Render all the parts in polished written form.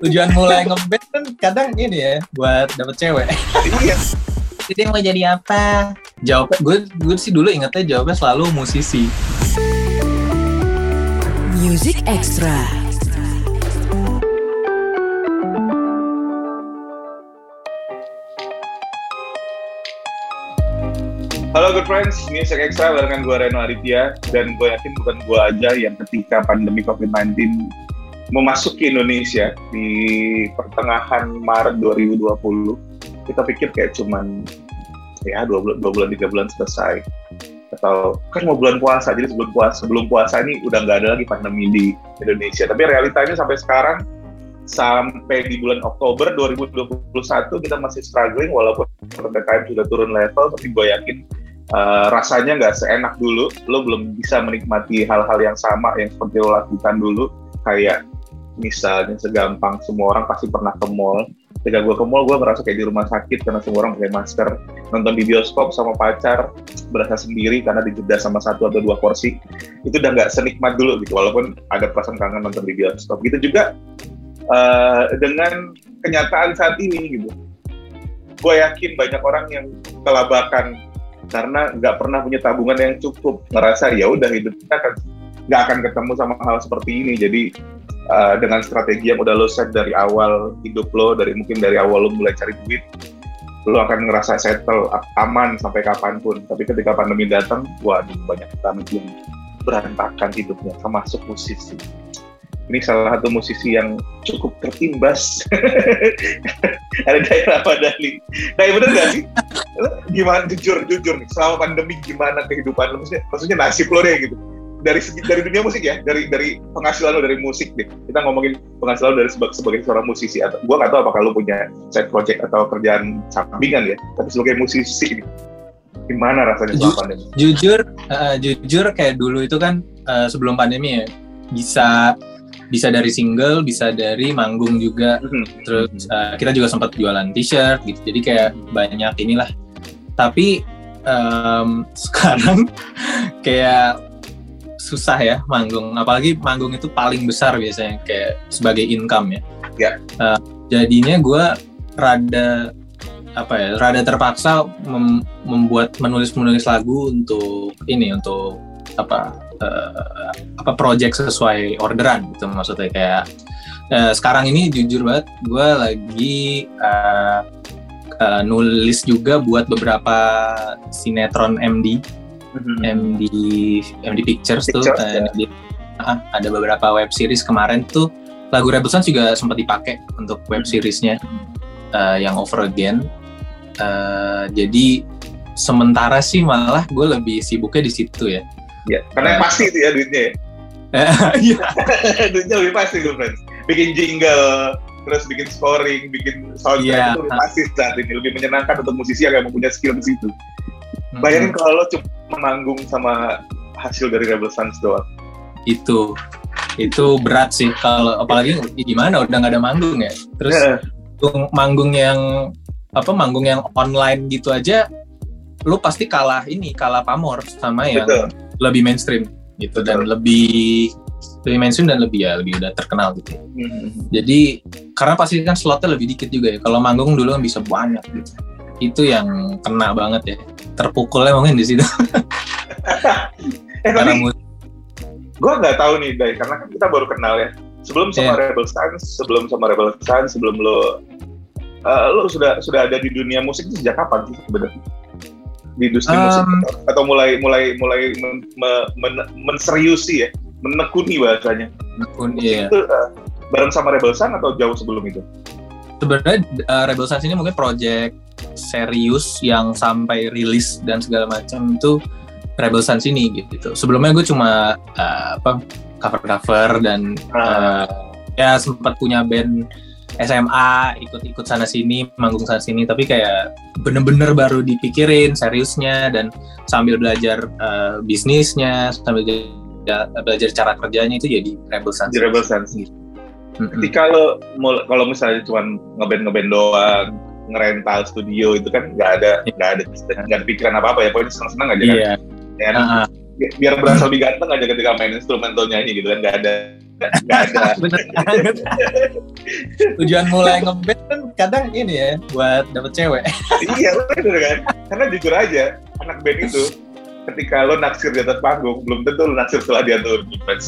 tujuan mulai ngeband kan kadang ini ya buat dapet cewek. Iya. Jadi mau jadi apa? Jawabnya gue sih dulu ingetnya jawabnya selalu musisi. Music Extra. Halo good friends, Music Extra barengan gue Reno Aditya. Dan gue yakin bukan gue aja yang ketika pandemi COVID-19 memasuki Indonesia di pertengahan Maret 2020, kita pikir kayak cuman ya 2 bulan 3 bulan selesai, atau kan mau bulan puasa, jadi sebelum puasa ini udah nggak ada lagi pandemi di Indonesia. Tapi realitanya sampai sekarang, sampai di bulan Oktober 2021 kita masih struggling walaupun PPKM sudah turun level. Tapi gue yakin rasanya nggak seenak dulu. Lo belum bisa menikmati hal-hal yang sama yang seperti lo lakukan dulu. Kayak misalnya segampang semua orang pasti pernah ke mall. Ketika gue ke mall, gue ngerasa kayak di rumah sakit karena semua orang pakai masker. Nonton di bioskop sama pacar, berasa sendiri karena dijeda sama 1 atau 2 kursi. Itu udah nggak senikmat dulu gitu, walaupun ada perasaan kangen nonton di bioskop. Gitu juga dengan kenyataan saat ini gitu. Gue yakin banyak orang yang kelabakan karena nggak pernah punya tabungan yang cukup. Ngerasa ya udah hidup kita kan nggak akan ketemu sama hal seperti ini. Jadi dengan strategi yang udah lo set dari awal hidup lo, mungkin dari awal lo mulai cari duit, lo akan ngerasa settle, aman sampai kapanpun. Tapi ketika pandemi datang, waduh, banyak banget yang berantakan hidupnya, termasuk musisi. Ini salah satu musisi yang cukup tertimbas. Ada Dai Ramadhani. Dai, bener gak sih? Lo gimana, jujur nih, selama pandemi gimana kehidupan lo? Maksudnya nasib lo deh gitu. Dari dunia musik ya, dari penghasilan lo dari musik deh. Kita ngomongin penghasilan lo dari sebagai seorang musisi. Atau gue nggak tahu apakah lo punya side project atau kerjaan sampingan ya. Tapi sebagai musisi, gimana rasanya selama pandemi? Jujur kayak dulu itu kan sebelum pandemi ya, bisa dari single, bisa dari manggung juga. Terus kita juga sempat jualan t-shirt gitu. Jadi kayak banyak inilah. Tapi sekarang kayak susah ya manggung, apalagi manggung itu paling besar biasanya kayak sebagai income ya. Jadinya gue rada terpaksa menulis lagu untuk project sesuai orderan gitu. Maksudnya kayak sekarang ini jujur banget gue lagi nulis juga buat beberapa sinetron MD Pictures tuh. Ada beberapa web series kemarin tuh, lagu Rebel Sons juga sempat dipakai untuk web seriesnya yang Over Again. Jadi sementara sih malah gue lebih sibuknya di situ ya. Ya, karena pasti itu ya duitnya ya. Duitnya lebih pasti tuh, friends. Bikin jingle, terus bikin scoring, bikin soundtrack, itu lebih pasti saat ini. Lebih menyenangkan untuk musisi yang mempunyai skill di situ. Bayangin kalau lo cuma manggung sama hasil dari Rebel Sons doang. Itu berat sih, kalau apalagi gimana udah nggak ada manggung ya. Terus manggung yang online gitu aja, lo pasti kalah pamor sama yang lebih mainstream gitu. Dan lebih mainstream dan lebih udah terkenal gitu. Jadi karena pasti kan slotnya lebih dikit juga ya. Kalau manggung dulu kan bisa banyak gitu. Itu yang kena banget ya, terpukulnya mungkin di situ. Tapi gue nggak tahu nih Dai, karena kan kita baru kenal ya. Sebelum sama Rebel Sons, sebelum lo sudah ada di dunia musik itu sejak kapan sih sebenarnya? Di industri musik atau mulai menseriusi ya, menekuni bahasanya. Itu bareng sama Rebel Sons atau jauh sebelum itu? Sebenarnya Rebel Sons ini mungkin project serius yang sampai rilis dan segala macam itu Rebel Sons ini gitu. Sebelumnya gue cuma cover dan ya sempat punya band SMA, ikut sana sini, manggung sana sini, tapi kayak bener-bener baru dipikirin seriusnya dan sambil belajar bisnisnya, sambil belajar cara kerjanya itu jadi Rebel Sons. Rebel Sons gitu. Ketika kalau misalnya cuma ngeband doang, ngerental studio itu kan nggak ada pikiran apa ya, pokoknya senang-senang aja kan. Biar berasa lebih ganteng aja ketika main instrumental nyanyi gitu kan, nggak ada Nggak ada. Bener banget. Tujuan mulai ngeband kan kadang ini ya, buat dapet cewek. Iya bener kan, karena jujur aja anak band itu ketika lo naksir di atas panggung belum tentu lo naksir setelah dia turun.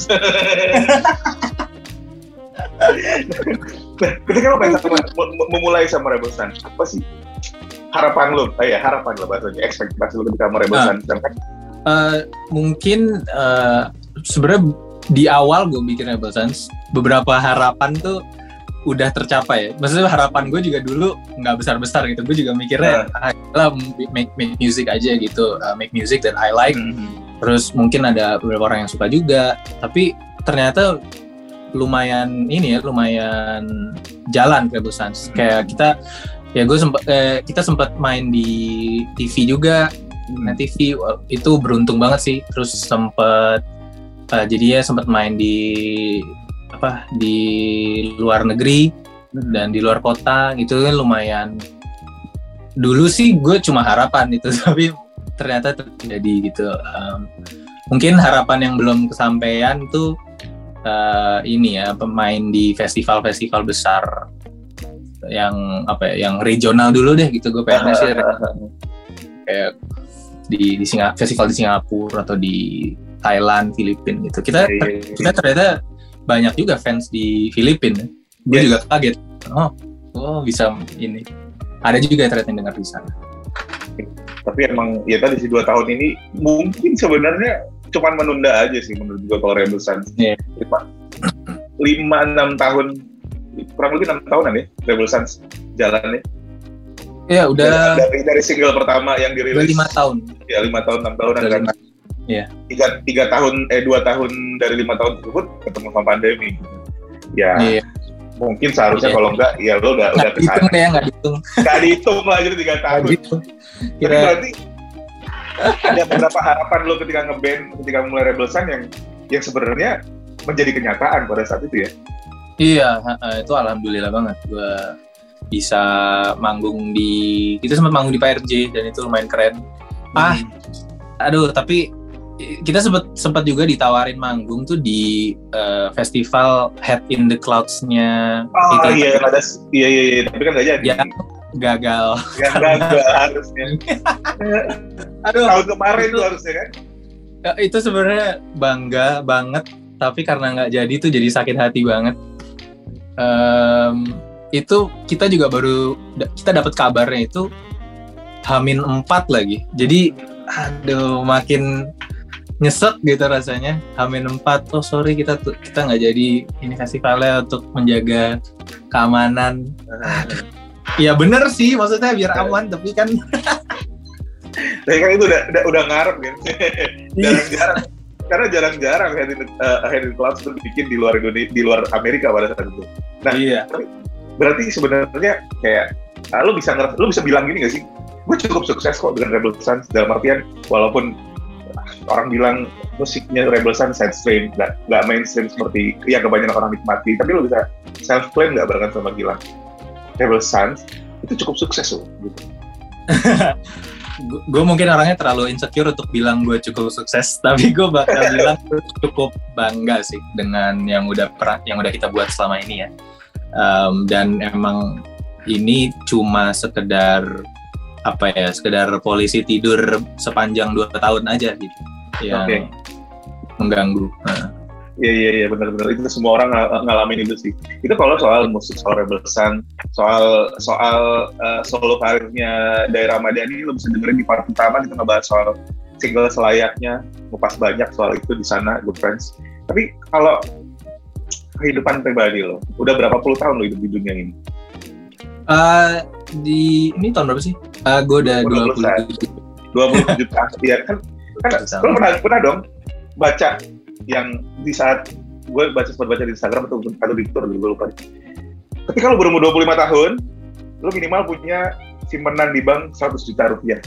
Nah, ketika lo pengen memulai sama Rebel Sun, apa sih harapan lo? Harapan lo bahasanya, ekspektasi lo ketika mau Rebel Sun kan? Mungkin sebenarnya di awal gue bikin Rebel Sun, beberapa harapan tuh udah tercapai. Maksudnya harapan gue juga dulu nggak besar-besar gitu. Gue juga mikirnya lah make music aja gitu, make music that I like. Terus mungkin ada beberapa orang yang suka juga. Tapi ternyata lumayan jalan Rebel Sun. Kayak kita sempat main di TV juga. Net TV itu beruntung banget sih. Terus sempat main di luar negeri dan di luar kota gitu kan lumayan. Dulu sih gue cuma harapan itu, tapi ternyata terjadi gitu. Mungkin harapan yang belum kesampaian tuh pemain di festival-festival besar yang regional dulu deh gitu. Gue pengen sih kayak di festival di Singapura atau di Thailand, Filipina gitu. Kita ternyata banyak juga fans di Filipina. Gue juga kaget. Oh bisa ini. Ada juga ternyata yang dengar di sana. Tapi emang ya tadi si 2 tahun ini mungkin sebenarnya cuman menunda aja sih menurut gue kalau Rebel Sun. 5-6 tahun, kurang lebih 6 tahunan ya Rebel Sun jalannya. Ya udah dari single pertama yang dirilis 5 tahun. Ya 5 tahun 6 tahunan kan. Iya. 2 tahun dari 5 tahun tersebut ketemu sama pandemi. Ya. Iya. Mungkin seharusnya kalau enggak ya lo udah kesana. Nggak dihitung lah jadi 3 tahun. Tapi berarti ada beberapa harapan lo ketika ngeband, ketika mulai Rebel Sun yang sebenarnya menjadi kenyataan pada saat itu ya. Iya, itu alhamdulillah banget gue bisa kita sempat manggung di PRJ dan itu lumayan keren. Tapi kita sempat juga ditawarin manggung tuh di festival Head in the Clouds-nya. Iya, tapi kan nggak jadi. Ya, gagal. Harusnya. Tahun kemarin tuh harusnya kan. Itu sebenarnya bangga banget, tapi karena nggak jadi tuh jadi sakit hati banget. Itu kita juga kita dapat kabarnya itu H-4 lagi. Jadi makin nyesek gitu rasanya. H-4, sorry kita nggak jadi ini festivalnya untuk menjaga keamanan. Ya bener sih, maksudnya biar aman, tapi kan tapi kan itu udah ngarep kan. Jarang-jarang. Karena jarang-jarang Head in the Clouds itu bikin di luar Amerika pada saat itu. Nah, berarti sebenarnya kayak lo bisa bilang gini nggak sih? Gue cukup sukses kok dengan Rebel Sun, dalam artian walaupun orang bilang musiknya Rebel Sun sidestream, nggak mainstream seperti yang kebanyakan orang nikmati, tapi lo bisa self claim nggak barengan sama Gilang? Rebel Sun itu cukup sukses loh. Gitu. Gue mungkin orangnya terlalu insecure untuk bilang gue cukup sukses, tapi gue bakal bilang cukup bangga sih dengan yang udah kita buat selama ini ya. Dan emang ini cuma sekedar polisi tidur sepanjang 2 tahun aja gitu yang mengganggu. Iya benar-benar itu semua orang ngalamin itu sih. Itu kalau soal musik, soal Rebel Sun, soal solo karirnya Daerah Madani, lo bisa dengerin di part pertama kita ngebahas soal single selayaknya, ngupas banyak soal itu di sana, Good Friends. Tapi kalau kehidupan pribadi lo, udah berapa puluh tahun lo hidup di dunia ini? Ini tahun berapa sih? Gue udah 27 tahun. Iya kan lo pernah dong baca yang di saat gue sempat baca di Instagram atau di Twitter, gue lupa. Ketika lo berumur 25 tahun, lo minimal punya simpanan di bank 100 juta rupiah.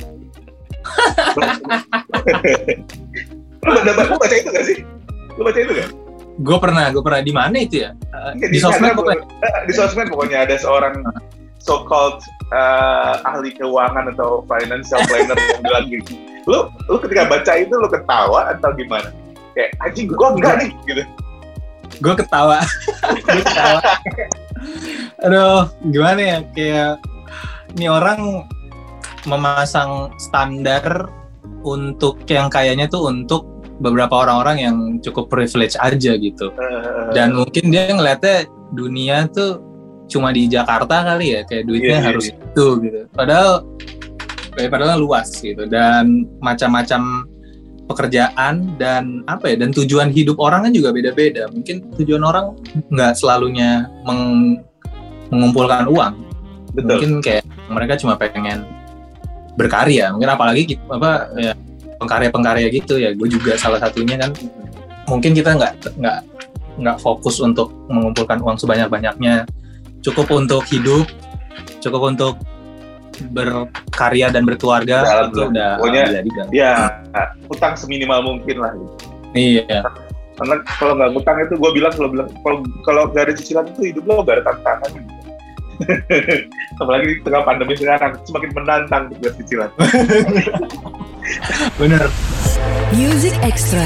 Lo baca itu gak sih? Lo baca itu gak? Gue pernah di mana itu ya? Di sosmed pokoknya. Di sosmed pokoknya ada seorang so-called ahli keuangan atau financial planner yang bilang gitu. Lo ketika baca itu lo ketawa atau gimana? Kayak anjing gue enggak nih gitu. gue ketawa. Gue ketawa. Aduh, gimana ya, kayak ini orang memasang standar untuk yang kayaknya tuh untuk beberapa orang-orang yang cukup privilege aja gitu. Dan mungkin dia ngeliatnya dunia tuh cuma di Jakarta kali ya, kayak duitnya harus itu gitu. Padahal luas gitu, dan macam-macam pekerjaan dan apa ya, dan tujuan hidup orang kan juga beda-beda. Mungkin tujuan orang nggak selalunya mengumpulkan uang. Betul. Mungkin kayak mereka cuma pengen berkarya, mungkin apalagi ya, pengkarya gitu ya. Gue juga salah satunya kan. Mungkin kita nggak fokus untuk mengumpulkan uang sebanyak-banyaknya, cukup untuk hidup, cukup untuk berkarya dan berkeluarga. Itu udah jadi kan. Ya, utang seminimal mungkin lah. Iya. Karena kalau nggak ngutang itu gue bilang kalau nggak ada cicilan itu hidup lo nggak ada tantangan. Apalagi di tengah pandemi sekarang semakin menantang buat cicilan. Bener. Music Extra.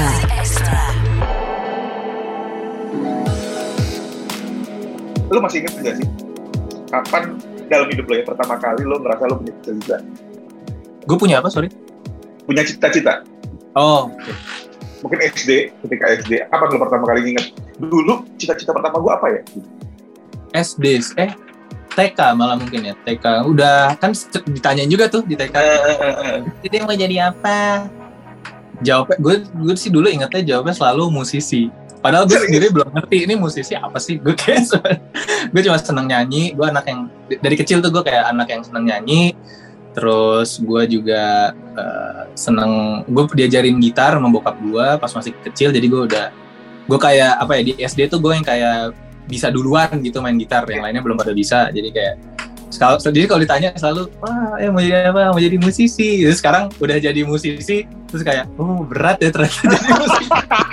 Lo masih ingat nggak sih kapan dalam hidup lo ya pertama kali lo ngerasa lo punya cita-cita? Gue punya apa, sorry? Punya cita-cita. Oh, okay. Mungkin ketika SD, kapan lo pertama kali ingat? Dulu cita-cita pertama gue apa ya? SD, TK malah mungkin ya. TK, udah kan ditanyain juga tuh di TK. Jadi mau jadi apa? Jawabnya, gue sih dulu ingetnya jawabnya selalu musisi. Padahal gue sendiri belum ngerti ini musisi apa sih. Gue cuma seneng nyanyi. Gue anak yang dari kecil tuh gue kayak anak yang seneng nyanyi. Terus gue juga gue diajarin gitar sama bokap gue pas masih kecil. Jadi gue kayak apa ya, di SD tuh gue yang kayak bisa duluan gitu main gitar, yang lainnya belum pada bisa. Jadi kayak jadi kalau ditanya selalu, mau jadi apa? Mau jadi musisi. Terus sekarang udah jadi musisi, terus kayak, berat ya ternyata jadi musisi.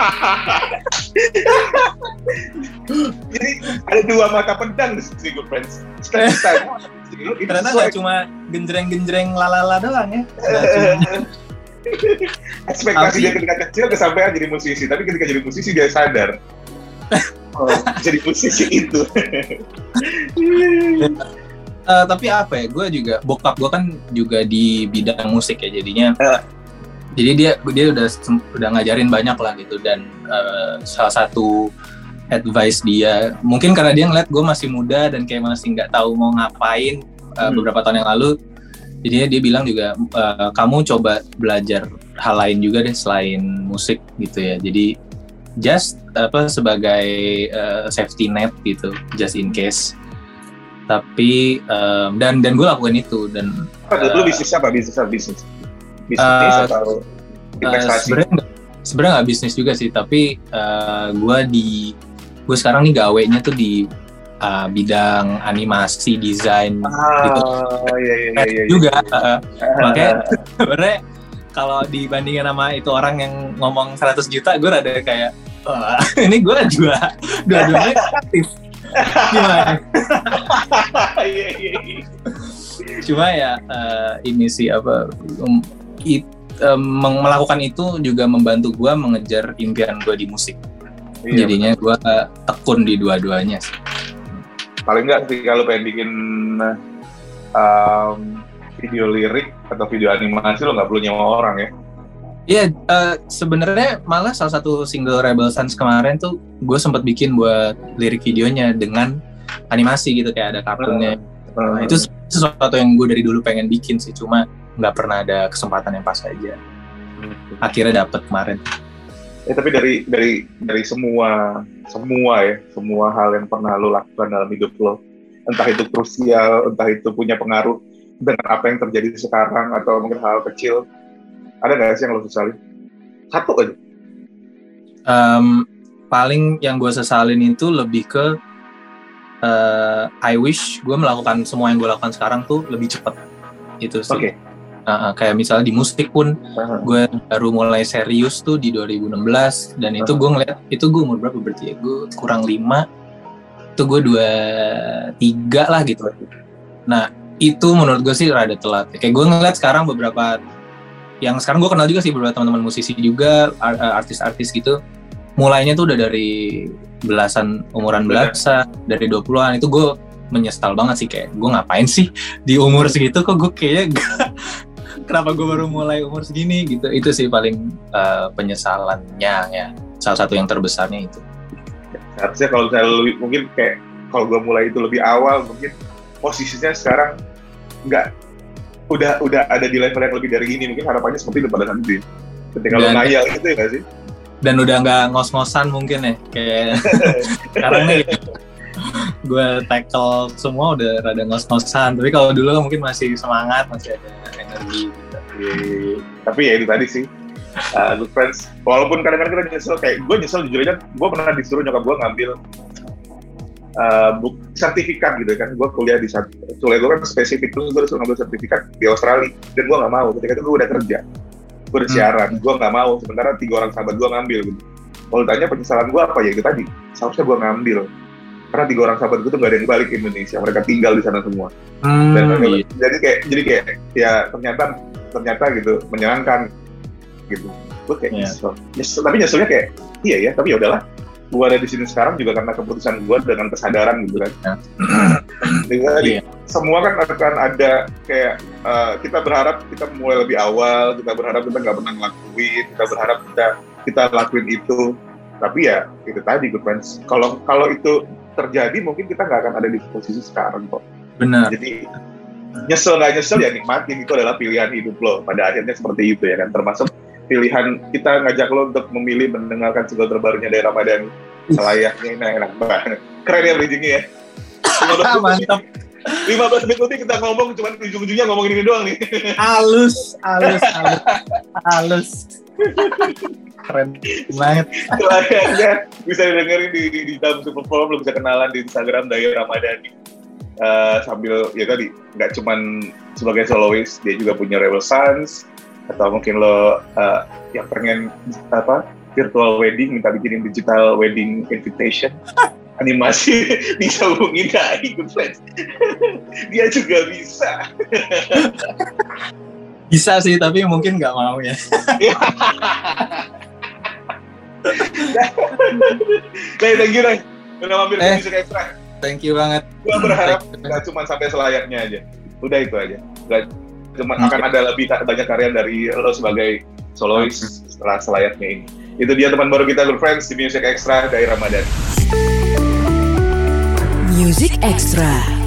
Jadi ada dua mata pedang di sini, good friends. Ternyata nggak cuma genjreng-genjreng lalala doang ya. Ekspektasi dia ketika kecil kesampaian jadi musisi, tapi ketika jadi musisi dia sadar. Jadi musisi itu. Tapi apa ya, gue juga, bokap gue kan juga di bidang musik ya, jadinya jadi dia udah ngajarin banyak lah gitu. Dan salah satu advice dia, mungkin karena dia ngeliat gue masih muda dan kayak masih nggak tahu mau ngapain beberapa tahun yang lalu, jadinya dia bilang juga, kamu coba belajar hal lain juga deh selain musik gitu ya. Jadi just sebagai safety net gitu, just in case. Tapi dan gue lakuin itu. Dan dulu bisnis apa? Bisnis atau investasi? Sebenarnya nggak bisnis juga sih, tapi gue sekarang nih gawenya tuh di bidang animasi, desain gitu. Iya. Juga makanya sebenarnya kalau dibandingin sama itu orang yang ngomong 100 juta, gue rada kayak ini gue dua-duanya aktif. Gimana? Cuma ya ini sih melakukan itu juga membantu gue mengejar impian gue di musik. Jadinya gue tekun di dua-duanya sih. Paling nggak sih kalau pengen bikin video lirik atau video animasi lo nggak perlu nyewa orang ya? Iya, sebenarnya malah salah satu single Rebel Sons kemarin tuh gue sempat bikin buat lirik videonya dengan animasi gitu, kayak ada kartunnya. Itu sesuatu yang gue dari dulu pengen bikin sih, cuma nggak pernah ada kesempatan yang pas aja. Akhirnya dapet kemarin. Tapi dari semua hal yang pernah lo lakukan dalam hidup lo, entah itu krusial, entah itu punya pengaruh dengan apa yang terjadi sekarang, atau mungkin hal kecil, ada nggak sih yang lo sesali? Satu aja. Paling yang gue sesalin itu lebih ke I wish gue melakukan semua yang gue lakukan sekarang tuh lebih cepat. Itu sih. Okay. Kayak misalnya di musik pun, gue baru mulai serius tuh di 2016, dan itu gue ngeliat, itu gue umur berapa berarti ya? Gue kurang 5, itu gue 23 lah gitu. Nah itu menurut gue sih rada telat. Kayak gue ngeliat sekarang beberapa yang sekarang gue kenal juga sih, beberapa teman-teman musisi juga, artis-artis gitu, mulainya tuh udah dari umuran belasan, dari 20-an. Itu gue menyesal banget sih, kayak gue ngapain sih di umur segitu kok gue kayaknya kenapa gue baru mulai umur segini gitu. Itu sih paling penyesalannya ya, salah satu yang terbesarnya itu. Harusnya kalau misalnya mungkin kayak kalau gue mulai itu lebih awal, mungkin posisinya sekarang udah ada di level yang lebih dari ini, mungkin harapannya seperti itu pada nanti ketika lo ngayal gitu ya gak sih? Dan udah nggak ngos-ngosan mungkin ya, kayak sekarang nih gue tackle semua udah rada ngos-ngosan, tapi kalau dulu mungkin masih semangat, masih ada energi gitu. Tapi ya itu tadi sih, good friends, walaupun kadang-kadang kita nyesel, kayak gue nyesel jujur aja, gue pernah disuruh nyokap gue ngambil sertifikat gitu kan. Gue kuliah di kuliah gue kan spesifik, terus gue disuruh ngambil sertifikat di Australia, dan gue nggak mau. Ketika itu gue udah kerja, gue udah siaran, gue nggak mau. Sementara 3 orang sahabat gue ngambil gitu. Kalau ditanya penyesalan gue apa, ya itu tadi, seharusnya gue ngambil, karena 3 orang sahabat gue tuh nggak ada yang balik ke Indonesia, mereka tinggal di sana semua. Dan jadi kayak ya ternyata gitu menyenangkan gitu. Gue kayak nyesel, tapi nyeselnya kayak iya ya, tapi ya udahlah, gue ada di sini sekarang juga karena keputusan gue dengan kesadaran gitu kan. Jadi semua kan akan ada kayak kita berharap kita mulai lebih awal, kita berharap kita nggak pernah ngelakuin, kita berharap kita lakuin itu, tapi ya itu tadi good friends, kalau itu terjadi mungkin kita nggak akan ada di posisi sekarang kok. Benar. Jadi nyesel nggak nyesel ya nikmatin, itu adalah pilihan hidup lo pada akhirnya seperti itu ya kan, termasuk pilihan kita ngajak lo untuk memilih mendengarkan single terbarunya dari Ramadhani selayaknya. Nah, enak banget, keren ya bridgingnya ya. Mantap. 15 menit nanti kita ngomong, cuman ujung-ujungnya ngomongin ini doang nih. Halus. Keren banget. Selayaknya bisa didengerin di dalam Super Bowl, lo bisa kenalan di Instagram dari Ramadhani. Sambil ya tadi nggak cuman sebagai soloist, dia juga punya Rebel Sons, atau mungkin lo yang pengen virtual wedding, minta bikinin digital wedding invitation animasi, bisa hubungin Dai, good friends. Dia juga bisa. Bisa sih, tapi mungkin nggak mau ya. Thank you, Ray. Udah mampir ke Music Extra. Thank you banget. Gue berharap nggak cuma sampai selayaknya aja. Udah itu aja. Nggak cuma akan ada lebih banyak karya dari lo sebagai soloist setelah selayaknya ini. Itu dia teman baru kita, good friends, di Music Extra dari Ramadhani. Music Extra.